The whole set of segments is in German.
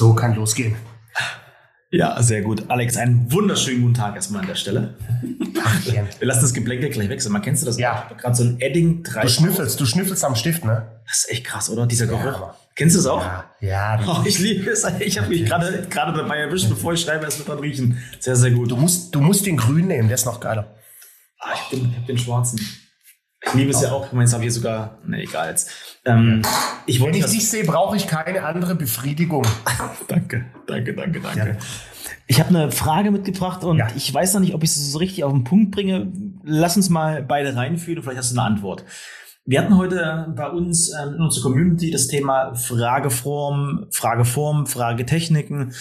So kann losgehen. Ja, sehr gut. Alex, einen wunderschönen guten Tag erstmal an der Stelle. Wir lassen das Geplänkel gleich wechseln. Man kennst du das? Ja. Gerade so ein Edding 3. Du schnüffelst am Stift, ne? Das ist echt krass, oder? Dieser Geruch. Ja. Kennst du das auch? Ja. Oh, ich liebe es. Ich habe mich gerade dabei erwischt, bevor ich schreibe, erst mit dran riechen. Sehr, sehr gut. Du musst den grünen nehmen, der ist noch geiler. Ich hab den schwarzen. Ich liebe es ja auch. Ich meine, jetzt habe ich sogar... Ne, egal jetzt. Wenn ich dich sehe, brauche ich keine andere Befriedigung. Danke. Ja. Ich habe eine Frage mitgebracht und ich weiß noch nicht, ob ich es so richtig auf den Punkt bringe. Lass uns mal beide reinführen, vielleicht hast du eine Antwort. Wir hatten heute bei uns in unserer Community das Thema Frageform, Fragetechniken.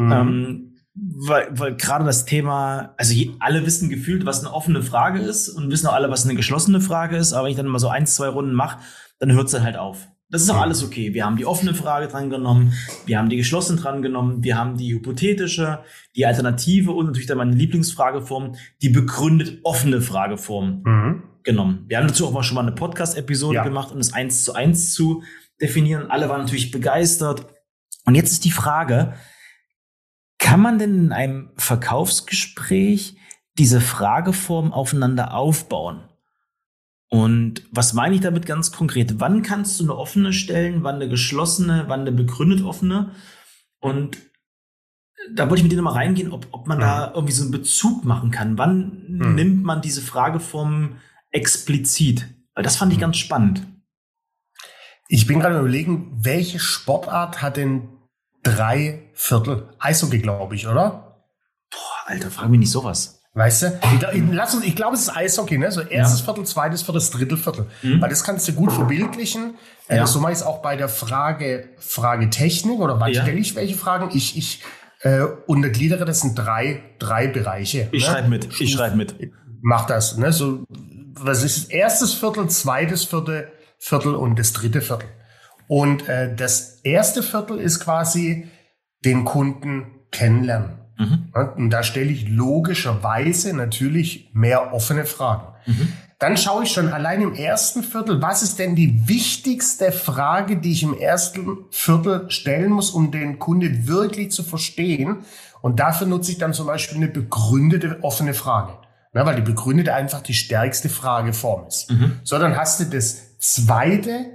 Weil gerade das Thema, also alle wissen gefühlt, was eine offene Frage ist und wissen auch alle, was eine geschlossene Frage ist. Aber wenn ich dann mal so 1, 2 Runden mache, dann hört es dann halt auf. Das ist auch alles okay. Wir haben die offene Frage dran genommen, wir haben die geschlossene dran genommen, wir haben die hypothetische, die Alternative und natürlich dann meine Lieblingsfrageform, die begründet offene Frageform genommen. Wir haben dazu auch schon mal eine Podcast-Episode gemacht, um das 1:1 zu definieren. Alle waren natürlich begeistert. Und jetzt ist die Frage, kann man denn in einem Verkaufsgespräch diese Frageform aufeinander aufbauen? Und was meine ich damit ganz konkret? Wann kannst du eine offene stellen, wann eine geschlossene, wann eine begründet offene? Und da wollte ich mit dir nochmal reingehen, ob man da irgendwie so einen Bezug machen kann. Wann nimmt man diese Frageform explizit? Weil das fand ich ganz spannend. Ich bin gerade überlegen, welche Sportart hat denn 3/4? Eishockey, glaube ich, oder? Boah, Alter, frag mich nicht sowas. Weißt du? Ich glaube, es ist Eishockey, ne? So erstes Viertel, zweites Viertel, das dritte Viertel. Weil das kannst du gut verbildlichen. So mache ich es auch bei der Fragetechnik oder wann stelle ich welche Fragen. Ich untergliedere das in drei Bereiche. Ich schreibe mit. Mach das, ne? So, was ist das? Erstes Viertel, zweites Viertel und das dritte Viertel. Und das erste Viertel ist quasi den Kunden kennenlernen. Und da stelle ich logischerweise natürlich mehr offene Fragen. Dann schaue ich schon allein im ersten Viertel, was ist denn die wichtigste Frage, die ich im ersten Viertel stellen muss, um den Kunde wirklich zu verstehen. Und dafür nutze ich dann zum Beispiel eine begründete offene Frage. Weil die begründete einfach die stärkste Frageform ist. So, dann hast du das zweite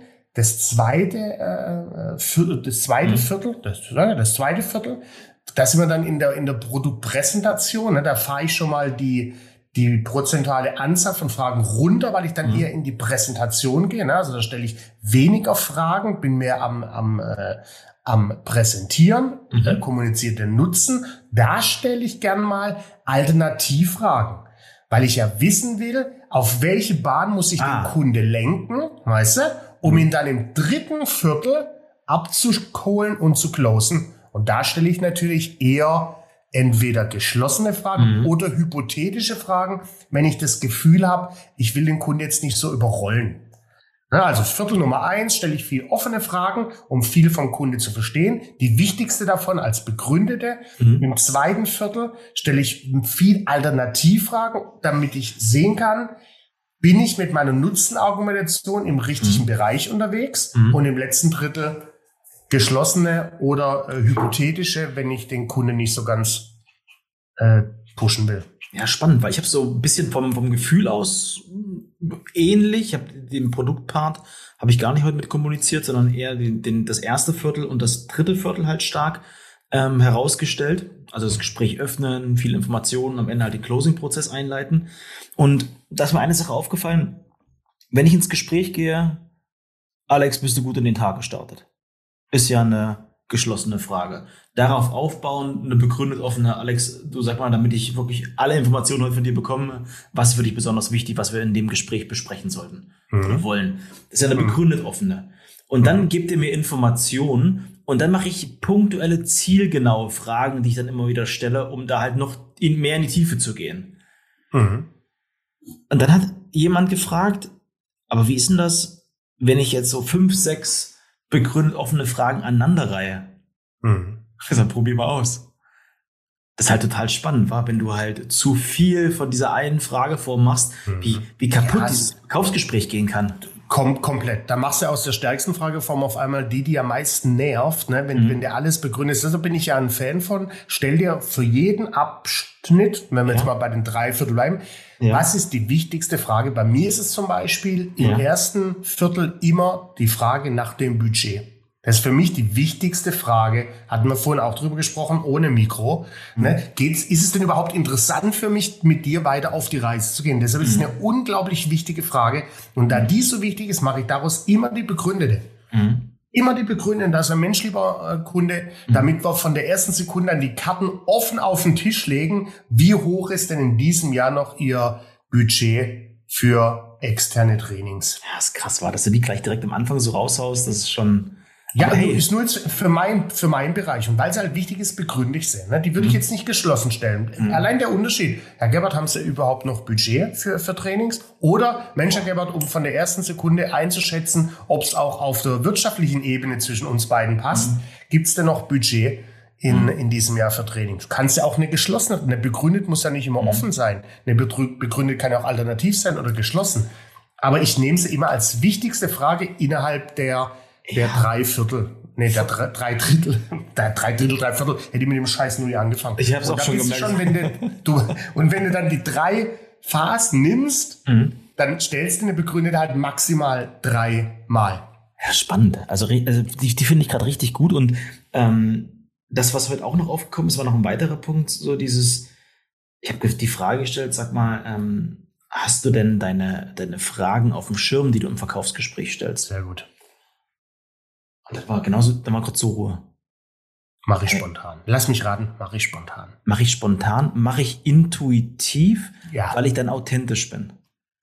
Viertel. Da sind wir dann in der Produktpräsentation. Da fahre ich schon mal die prozentuale Anzahl von Fragen runter, weil ich dann eher in die Präsentation gehe. Also da stelle ich weniger Fragen, bin mehr am Präsentieren, kommuniziere den Nutzen. Da stelle ich gern mal Alternativfragen, weil ich ja wissen will, auf welche Bahn muss ich den Kunde lenken, weißt du, um ihn dann im dritten Viertel abzuholen und zu closen. Und da stelle ich natürlich eher entweder geschlossene Fragen oder hypothetische Fragen, wenn ich das Gefühl habe, ich will den Kunden jetzt nicht so überrollen. Also Viertel Nummer 1 stelle ich viel offene Fragen, um viel vom Kunde zu verstehen. Die wichtigste davon als begründete. Im zweiten Viertel stelle ich viel Alternativfragen, damit ich sehen kann, bin ich mit meiner Nutzenargumentation im richtigen Bereich unterwegs. Und im letzten Drittel geschlossene oder hypothetische, wenn ich den Kunden nicht so ganz pushen will. Ja, spannend, weil ich habe so ein bisschen vom Gefühl aus ähnlich. Ich habe den Produktpart habe ich gar nicht heute mit kommuniziert, sondern eher das erste Viertel und das dritte Viertel halt stark herausgestellt. Also das Gespräch öffnen, viele Informationen, am Ende halt den Closing-Prozess einleiten. Und da ist mir eine Sache aufgefallen, wenn ich ins Gespräch gehe, Alex, bist du gut in den Tag gestartet? Ist ja eine geschlossene Frage. Darauf aufbauen, eine begründet offene, Alex, du sag mal, damit ich wirklich alle Informationen heute von dir bekomme, was für dich besonders wichtig, was wir in dem Gespräch besprechen sollten oder wollen. Das ist ja eine begründet offene. Und dann gebt ihr mir Informationen und dann mache ich punktuelle, zielgenaue Fragen, die ich dann immer wieder stelle, um da halt noch mehr in die Tiefe zu gehen. Und dann hat jemand gefragt, aber wie ist denn das, wenn ich jetzt so 5, 6 begründet offene Fragen aneinanderreihe? Also probier mal aus. Das ist halt total spannend, wenn du halt zu viel von dieser einen Frageform machst, wie kaputt dieses Verkaufsgespräch gehen kann. Komplett. Da machst du aus der stärksten Frageform auf einmal die am meisten nervt, ne? Wenn der alles begründet. Deshalb bin ich ja ein Fan von, stell dir für jeden Abschnitt, wenn wir jetzt mal bei den 3/4 bleiben, was ist die wichtigste Frage? Bei mir ist es zum Beispiel im ersten Viertel immer die Frage nach dem Budget. Das ist für mich die wichtigste Frage. Hatten wir vorhin auch drüber gesprochen, ohne Mikro. Ne? Ist es denn überhaupt interessant für mich, mit dir weiter auf die Reise zu gehen? Deshalb ist es eine unglaublich wichtige Frage. Und da die so wichtig ist, mache ich daraus immer die begründete. Immer die begründete. Da ist ein Mensch, lieber Kunde, damit wir von der ersten Sekunde an die Karten offen auf den Tisch legen. Wie hoch ist denn in diesem Jahr noch Ihr Budget für externe Trainings? Ja, ist krass, dass du die gleich direkt am Anfang so raushaust. Das ist schon... Ja, ist nur jetzt für meinen Bereich. Und weil es halt wichtig ist, begründe ich sie. Ne? Die würde ich jetzt nicht geschlossen stellen. Allein der Unterschied. Herr Gebhardt, haben Sie überhaupt noch Budget für Trainings? Oder, Mensch, Herr Gebhardt, um von der ersten Sekunde einzuschätzen, ob es auch auf der wirtschaftlichen Ebene zwischen uns beiden passt, gibt es denn noch Budget in diesem Jahr für Trainings? Du kannst ja auch eine geschlossene, eine begründet muss ja nicht immer offen sein. Eine begründet kann ja auch alternativ sein oder geschlossen. Aber ich nehme sie immer als wichtigste Frage innerhalb der 3/4. Nee, der 3/3. Der 3/3, 3/4. Hätte ich mit dem Scheiß nur angefangen. Ich habe es auch schon gemerkt. Wenn du dann die 3 Phasen nimmst, dann stellst du eine begründete halt maximal 3 Mal. Ja, spannend. Also die finde ich gerade richtig gut. Und das, was heute auch noch aufgekommen ist, war noch ein weiterer Punkt. So ich habe die Frage gestellt, sag mal, hast du denn deine Fragen auf dem Schirm, die du im Verkaufsgespräch stellst? Sehr gut. Und das war genauso, da war kurz so Ruhe. Mache ich spontan. Lass mich raten, mache ich spontan. Mache ich spontan, mache ich intuitiv, weil ich dann authentisch bin.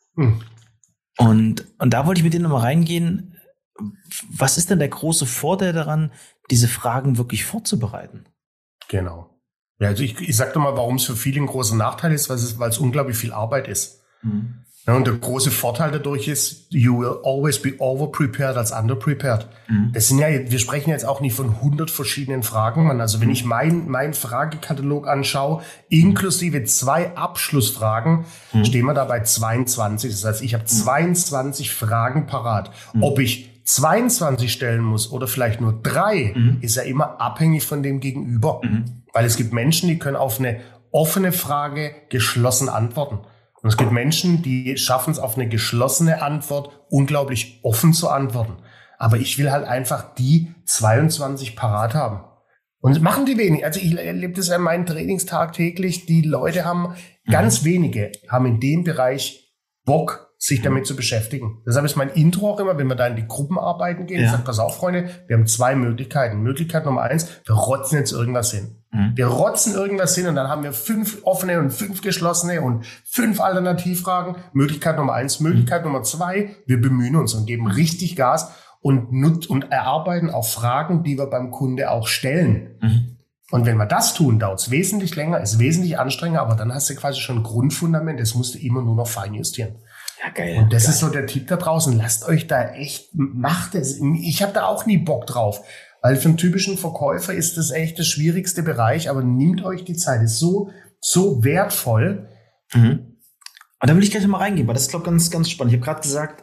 Und da wollte ich mit dir nochmal reingehen. Was ist denn der große Vorteil daran, diese Fragen wirklich vorzubereiten? Genau. Ja, also ich sag doch mal, warum es für viele ein großer Nachteil ist, weil es unglaublich viel Arbeit ist. Ja, und der große Vorteil dadurch ist, you will always be overprepared als underprepared. Das sind wir sprechen jetzt auch nicht von 100 verschiedenen Fragen, Mann. Also wenn ich meinen Fragekatalog anschaue, inklusive 2 Abschlussfragen, stehen wir da bei 22. Das heißt, ich habe 22 Fragen parat. Ob ich 22 stellen muss oder vielleicht nur 3, ist ja immer abhängig von dem Gegenüber. Weil es gibt Menschen, die können auf eine offene Frage geschlossen antworten. Und es gibt Menschen, die schaffen es auf eine geschlossene Antwort unglaublich offen zu antworten. Aber ich will halt einfach die 22 parat haben. Und machen die wenig. Also ich erlebe das in meinen Trainings tagtäglich. Die Leute haben, ganz wenige, haben in dem Bereich Bock, sich damit zu beschäftigen. Deshalb ist mein Intro auch immer, wenn wir da in die Gruppenarbeiten gehen, ich sage, pass auf, Freunde, wir haben 2 Möglichkeiten. Möglichkeit Nummer 1, wir rotzen jetzt irgendwas hin. Wir rotzen irgendwas hin und dann haben wir 5 offene und 5 geschlossene und 5 Alternativfragen. Möglichkeit Nummer 1. Möglichkeit Nummer 2, wir bemühen uns und geben richtig Gas und erarbeiten auch Fragen, die wir beim Kunde auch stellen. Und wenn wir das tun, dauert es wesentlich länger, ist wesentlich anstrengender, aber dann hast du quasi schon ein Grundfundament, das musst du immer nur noch feinjustieren. Ja, geil. Und das ist so der Tipp da draußen. Lasst euch da echt, macht es. Ich habe da auch nie Bock drauf. Weil für einen typischen Verkäufer ist das echt der schwierigste Bereich, aber nehmt euch die Zeit. Das ist so wertvoll. Und da will ich gleich mal reingehen, weil das ist, glaube ich, ganz, ganz spannend. Ich habe gerade gesagt,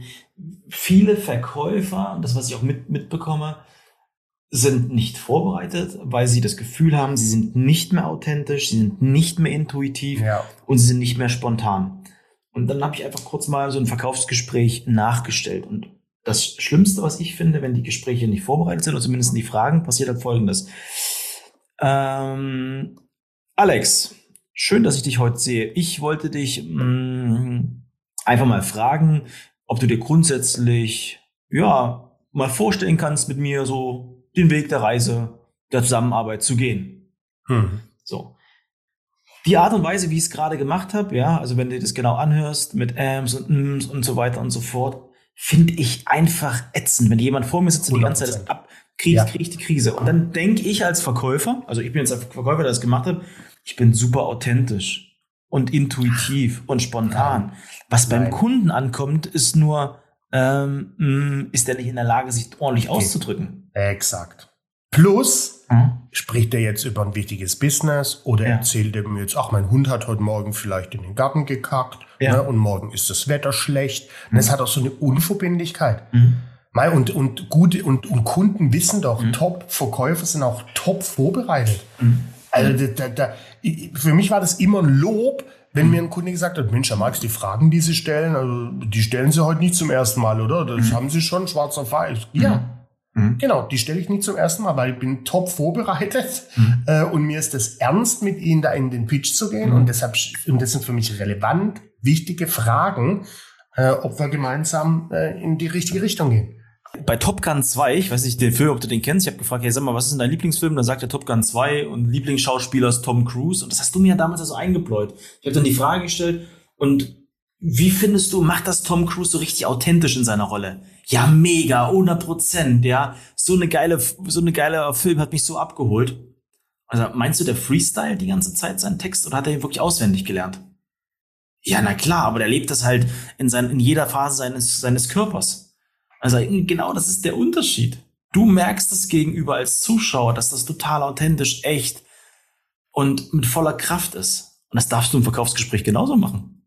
viele Verkäufer, das, was ich auch mitbekomme, sind nicht vorbereitet, weil sie das Gefühl haben, sie sind nicht mehr authentisch, sie sind nicht mehr intuitiv und sie sind nicht mehr spontan. Und dann habe ich einfach kurz mal so ein Verkaufsgespräch nachgestellt. Und das Schlimmste, was ich finde, wenn die Gespräche nicht vorbereitet sind, oder zumindest die Fragen, passiert halt Folgendes. Alex, schön, dass ich dich heute sehe. Ich wollte dich einfach mal fragen, ob du dir grundsätzlich mal vorstellen kannst, mit mir so den Weg der Reise, der Zusammenarbeit zu gehen. So. Die Art und Weise, wie ich es gerade gemacht habe, also wenn du das genau anhörst, mit Ams und Ms und so weiter und so fort, finde ich einfach ätzend. Wenn jemand vor mir sitzt und die ganze Zeit das kriege ich die Krise. Und dann denke ich als Verkäufer, also ich bin jetzt ein Verkäufer, der das gemacht hat, ich bin super authentisch und intuitiv und spontan. Was beim Kunden ankommt, ist nur, ist der nicht in der Lage, sich ordentlich auszudrücken. Exakt. Plus, spricht er jetzt über ein wichtiges Business oder erzählt er mir jetzt, ach, mein Hund hat heute Morgen vielleicht in den Garten gekackt, ne, und morgen ist das Wetter schlecht. Und das hat auch so eine Unverbindlichkeit. Und gute und Kunden wissen doch, Top-Verkäufer sind auch top vorbereitet. Also für mich war das immer ein Lob, wenn mir ein Kunde gesagt hat, Mensch, Herr Marx, die Fragen, die Sie stellen, also die stellen Sie heute nicht zum ersten Mal, oder? Das haben Sie schon schwarz auf weiß. Ja. Genau, die stelle ich nicht zum ersten Mal, weil ich bin top vorbereitet und mir ist es ernst, mit Ihnen da in den Pitch zu gehen und das sind für mich relevant, wichtige Fragen, ob wir gemeinsam in die richtige Richtung gehen. Bei Top Gun 2, ich weiß nicht, den Film, ob du den kennst, ich habe gefragt, hey, sag mal, was ist denn dein Lieblingsfilm? Dann sagt er Top Gun 2 und Lieblingsschauspieler ist Tom Cruise und das hast du mir ja damals so eingebläut. Ich habe dann die Frage gestellt und wie findest du, macht das Tom Cruise so richtig authentisch in seiner Rolle? Ja, mega, 100%, ja. So eine geile Film hat mich so abgeholt. Also, meinst du, der Freestyle die ganze Zeit seinen Text oder hat er ihn wirklich auswendig gelernt? Ja, na klar, aber der lebt das halt in jeder Phase seines Körpers. Also, genau das ist der Unterschied. Du merkst es gegenüber als Zuschauer, dass das total authentisch, echt und mit voller Kraft ist. Und das darfst du im Verkaufsgespräch genauso machen.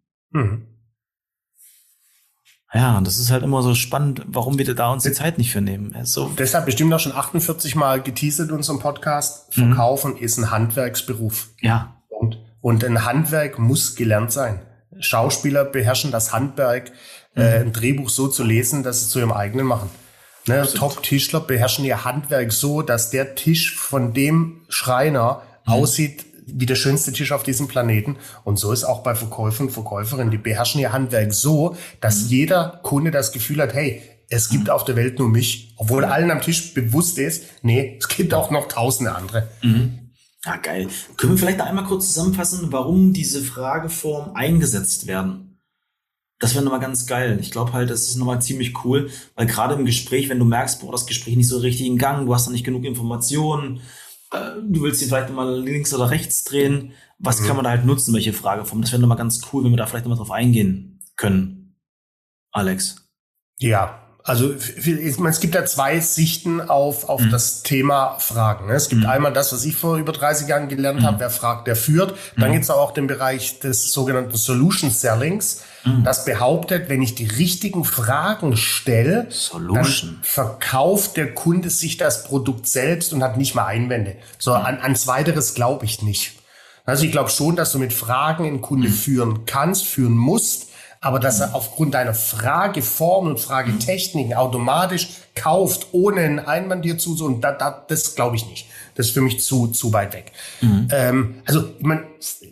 Ja, und das ist halt immer so spannend, warum wir da uns die Zeit nicht für nehmen. So. Deshalb bestimmt auch schon 48 Mal geteasert in unserem Podcast. Verkaufen ist ein Handwerksberuf. Ja. Und ein Handwerk muss gelernt sein. Schauspieler beherrschen das Handwerk, ein Drehbuch so zu lesen, dass sie es zu ihrem eigenen machen. Ne? Top-Tischler beherrschen ihr Handwerk so, dass der Tisch von dem Schreiner aussieht wie der schönste Tisch auf diesem Planeten. Und so ist auch bei Verkäufern und Verkäuferinnen. Die beherrschen ihr Handwerk so, dass jeder Kunde das Gefühl hat, hey, es gibt auf der Welt nur mich. Obwohl allen am Tisch bewusst ist, nee, es gibt auch noch tausende andere. Ja, geil. Können wir vielleicht da einmal kurz zusammenfassen, warum diese Frageform eingesetzt werden? Das wäre nochmal ganz geil. Ich glaube halt, das ist nochmal ziemlich cool, weil gerade im Gespräch, wenn du merkst, boah, das Gespräch nicht so richtig in Gang, du hast noch nicht genug Informationen, du willst ihn vielleicht nochmal links oder rechts drehen. Was kann man da halt nutzen, welche Frageform? Das wäre nochmal ganz cool, wenn wir da vielleicht nochmal drauf eingehen können. Alex. Ja, also es gibt da zwei Sichten auf das Thema Fragen. Es gibt einmal das, was ich vor über 30 Jahren gelernt habe, wer fragt, der führt. Dann gibt es auch den Bereich des sogenannten Solution Sellings. Das behauptet, wenn ich die richtigen Fragen stelle, dann verkauft der Kunde sich das Produkt selbst und hat nicht mal Einwände. So, an Zweiteres glaube ich nicht. Also ich glaube schon, dass du mit Fragen einen Kunde führen musst, aber dass er aufgrund deiner Frageformen und Fragetechniken automatisch kauft, ohne einen Einwand dir zu, so, und das glaube ich nicht. Das ist für mich zu weit weg. Also, ich meine,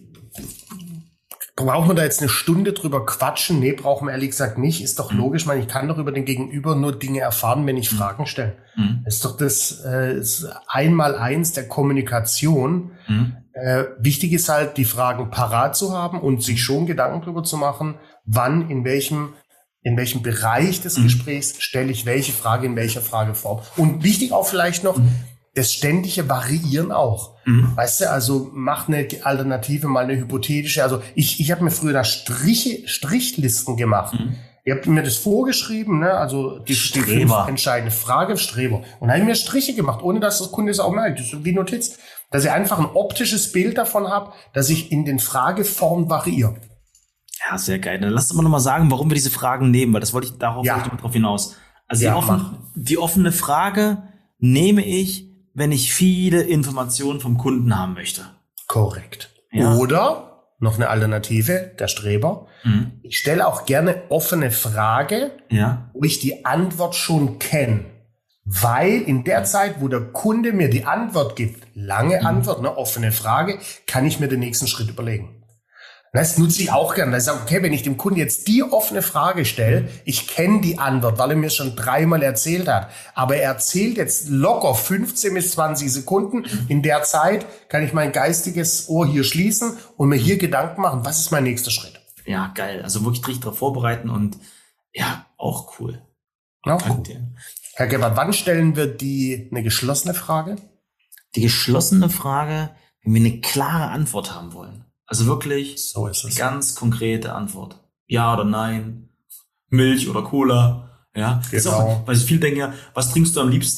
brauchen wir da jetzt eine Stunde drüber quatschen? Nee, brauchen wir ehrlich gesagt nicht. Ist doch logisch, ich kann doch über den Gegenüber nur Dinge erfahren, wenn ich Fragen stelle. Ist doch das Einmaleins der Kommunikation. Wichtig ist halt, die Fragen parat zu haben und sich schon Gedanken darüber zu machen, wann, in welchem Bereich des Gesprächs stelle ich welche Frage in welcher Frageform. Und wichtig auch vielleicht noch, das ständige Variieren auch. Weißt du, also mach eine Alternative, mal eine hypothetische. Also ich habe mir früher da Strichlisten gemacht. Ihr habt mir das vorgeschrieben, ne? Also die 5 entscheidende Frage, Streber. Und da habe ich mir Striche gemacht, ohne dass der Kunde es auch merkt. Das ist wie Notiz. Dass ich einfach ein optisches Bild davon habe, dass ich in den Frageformen variiere. Ja, sehr geil. Dann lass uns mal nochmal sagen, warum wir diese Fragen nehmen, weil das wollte ich darauf drauf hinaus. Also die offene Frage nehme ich, wenn ich viele Informationen vom Kunden haben möchte. Korrekt. Ja. Oder, noch eine Alternative, der Streber. Ich stelle auch gerne offene Frage, wo ich die Antwort schon kenne. Weil in der Zeit, wo der Kunde mir die Antwort gibt, lange Antwort, eine offene Frage, kann ich mir den nächsten Schritt überlegen. Das nutze ich auch gerne. Ich sage, okay, wenn ich dem Kunden jetzt die offene Frage stelle, ich kenne die Antwort, weil er mir schon 3-mal erzählt hat, aber er erzählt jetzt locker 15 bis 20 Sekunden. In der Zeit kann ich mein geistiges Ohr hier schließen und mir hier Gedanken machen, was ist mein nächster Schritt. Ja, geil. Also wirklich richtig darauf vorbereiten und ja, auch cool. Auch cool. Herr Gebhardt, wann stellen wir eine geschlossene Frage? Die geschlossene Frage, wenn wir eine klare Antwort haben wollen. Also wirklich so ist es. Eine ganz konkrete Antwort. Ja oder nein, Milch oder Cola. Ja, genau. Weil viele denken ja, was trinkst du am liebsten?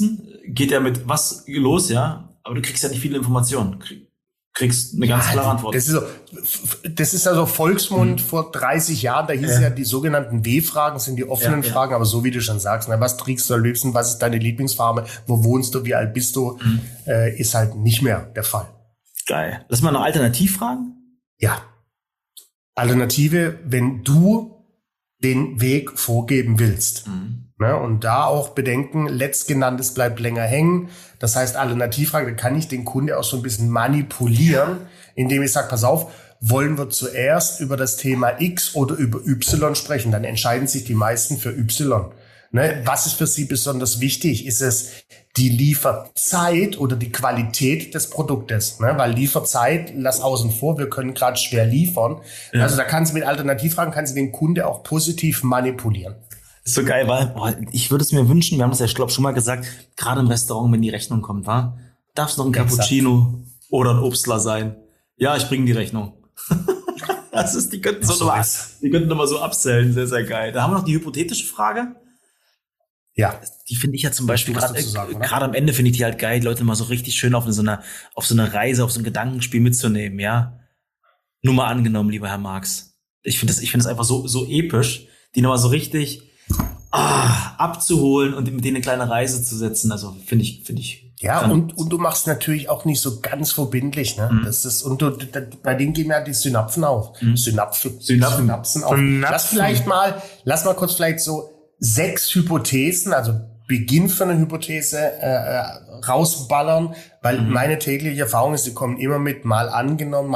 geht ja mit was los, ja, aber du kriegst ja nicht viele Informationen. Kriegst eine ganz klare Antwort. Das ist also Volksmund vor 30 Jahren, da hieß ja die sogenannten W-Fragen, sind die offenen Fragen, aber so wie du schon sagst, na, was trägst du am liebsten, was ist deine Lieblingsfarbe, wo wohnst du, wie alt bist du, ist halt nicht mehr der Fall. Geil. Lass mal noch alternativ fragen. Ja. Alternative, wenn du den Weg vorgeben willst. Ne, und da auch bedenken, letztgenanntes bleibt länger hängen. Das heißt, Alternativfrage, da kann ich den Kunde auch so ein bisschen manipulieren, indem ich sage, pass auf, wollen wir zuerst über das Thema X oder über Y sprechen? Dann entscheiden sich die meisten für Y. Ne, was ist für sie besonders wichtig? Ist es die Lieferzeit oder die Qualität des Produktes? Ne, weil Lieferzeit, lass außen vor, wir können gerade schwer liefern. Ja. Also da kannst du mit Alternativfragen, kannst du den Kunde auch positiv manipulieren. Ist so geil, weil ich würde es mir wünschen, wir haben das ja, glaube ich, schon mal gesagt, gerade im Restaurant, wenn die Rechnung kommt, darf es noch ein Cappuccino oder ein Obstler sein? Ja, ich bringe die Rechnung. Die könnten nochmal so absellen, sehr, sehr geil. Da haben wir noch die hypothetische Frage. Ja. Die finde ich ja zum Beispiel gerade am Ende finde ich die halt geil, die Leute mal so richtig schön auf so eine Reise, auf so ein Gedankenspiel mitzunehmen, ja. Nur mal angenommen, lieber Herr Marx. Ich finde das einfach so episch, die nochmal so richtig abzuholen und mit denen eine kleine Reise zu setzen. Also finde ich. Ja, und du machst natürlich auch nicht so ganz verbindlich, ne? Das ist, bei denen gehen ja die Synapsen auf. Synapsen auf. Lass mal kurz vielleicht so 6 Hypothesen, also Beginn für eine Hypothese rausballern, weil meine tägliche Erfahrung ist, die kommen immer mit mal angenommen.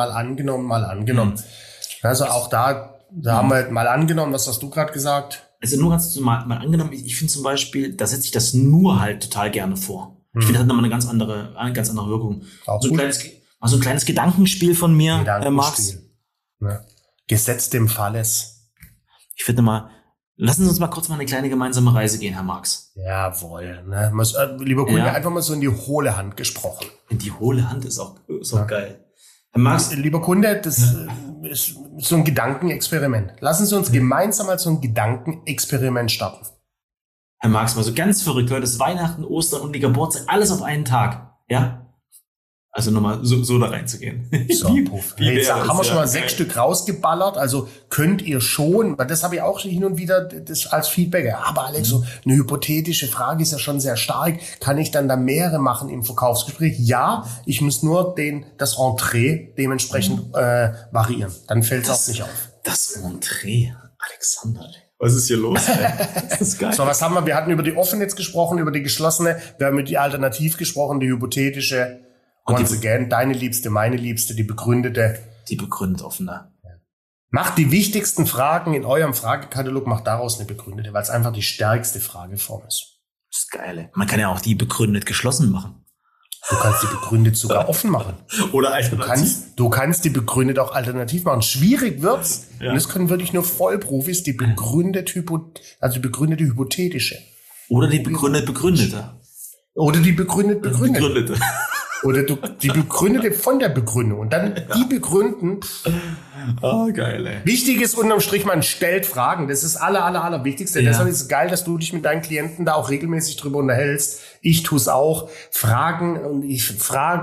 Also auch da haben wir mal angenommen, was hast du gerade gesagt? Also nur ganz mal angenommen, ich finde zum Beispiel, da setze ich das nur halt total gerne vor. Ich finde, das hat nochmal eine ganz andere Wirkung. So ein kleines Gedankenspiel von mir, Herr Marx. Ja. Gesetz dem Falles. Ich finde mal, lassen Sie uns mal kurz eine kleine gemeinsame Reise gehen, Herr Marx. Jawohl. Ne? Lieber Kunde, einfach mal so in die hohle Hand gesprochen. In die hohle Hand ist auch geil. Herr Marx, lieber Kunde, das ist so ein Gedankenexperiment. Lassen Sie uns gemeinsam mal so ein Gedankenexperiment starten. Herr Marx, mal so ganz verrückt. Heute ist Weihnachten, Ostern und die Geburtstag, alles auf einen Tag. Ja? Also nochmal so da reinzugehen. So, jetzt haben wir schon mal 6 Stück rausgeballert. Also könnt ihr schon, weil das habe ich auch hin und wieder das als Feedback. Ja, aber Alex, so eine hypothetische Frage ist ja schon sehr stark. Kann ich dann da mehrere machen im Verkaufsgespräch? Ja, ich muss nur das Entree dementsprechend variieren. Dann fällt es auch nicht auf. Das Entree, Alexander. Was ist hier los? Das ist geil. So, was haben wir? Wir hatten über die offene jetzt gesprochen, über die geschlossene. Wir haben über die alternativ gesprochen, die hypothetische. Once again, deine Liebste, meine Liebste, die begründete. Die begründet offene. Ja. Macht die wichtigsten Fragen in eurem Fragekatalog, macht daraus eine begründete, weil es einfach die stärkste Frageform ist. Das ist geil. Man kann ja auch die begründet geschlossen machen. Du kannst die begründet sogar offen machen. Oder alternativ. Du kannst die begründet auch alternativ machen. Schwierig wird's. Ja. Und das können wirklich nur Vollprofis, die begründete hypothetische. Oder die begründete. Oder die begründete. Oder die Begründete von der Begründung. Und dann die begründen. Geil, ey. Wichtig ist unterm Strich, man stellt Fragen. Das ist das Allerwichtigste. Deshalb ist es geil, dass du dich mit deinen Klienten da auch regelmäßig drüber unterhältst. Ich tue es auch. Fragen und ich frag.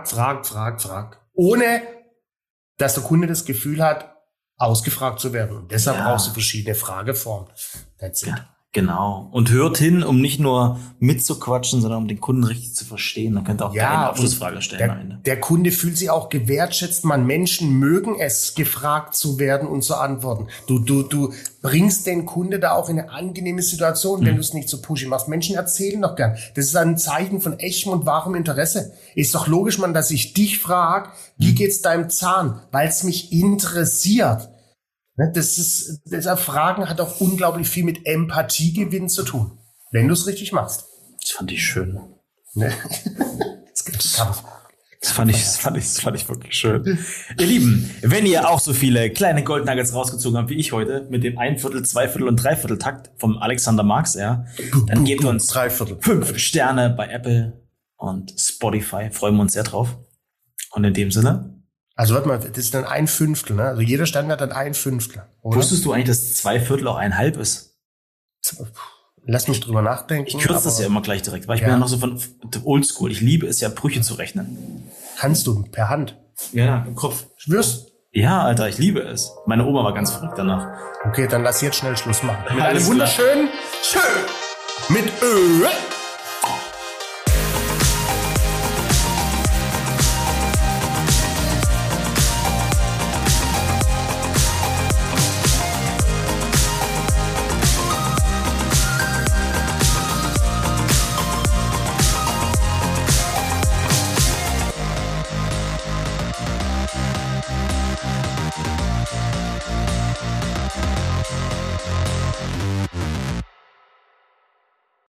Ohne, dass der Kunde das Gefühl hat, ausgefragt zu werden. Und deshalb brauchst du verschiedene Frageformen. That's it. Genau. Und hört hin, um nicht nur mitzuquatschen, sondern um den Kunden richtig zu verstehen. Dann könnt ihr auch eine Abschlussfrage stellen. Der Kunde fühlt sich auch gewertschätzt. Menschen mögen es, gefragt zu werden und zu antworten. Du bringst den Kunde da auch in eine angenehme Situation, wenn du es nicht so pushy machst. Menschen erzählen doch gern. Das ist ein Zeichen von echtem und wahrem Interesse. Ist doch logisch, Mann, dass ich dich frage, wie geht's deinem Zahn? Weil es mich interessiert. Fragen hat auch unglaublich viel mit Empathiegewinn zu tun, wenn du es richtig machst. Das fand ich schön. Ne? Das fand ich wirklich schön. Ihr Lieben, wenn ihr auch so viele kleine Goldnuggets rausgezogen habt wie ich heute mit dem 1/4, 2/4 und 3/4 Takt vom Alexander Marx, dann gebt uns 5 Sterne bei Apple und Spotify. Freuen wir uns sehr drauf. Und in dem Sinne. Also warte mal, das ist dann 1/5, ne? Also jeder Stand hat dann 1/5. Wusstest du eigentlich, dass 2/4 auch 1/2 ist? Lass mich drüber nachdenken. Ich kürze das ja immer gleich direkt, weil ich bin ja noch so von Oldschool. Ich liebe es ja, Brüche zu rechnen. Kannst du per Hand? Ja, im Kopf. Schwörst? Ja, Alter, ich liebe es. Meine Oma war ganz verrückt danach. Okay, dann lass jetzt schnell Schluss machen. Mit Alles einem wunderschönen Tschö mit Ö.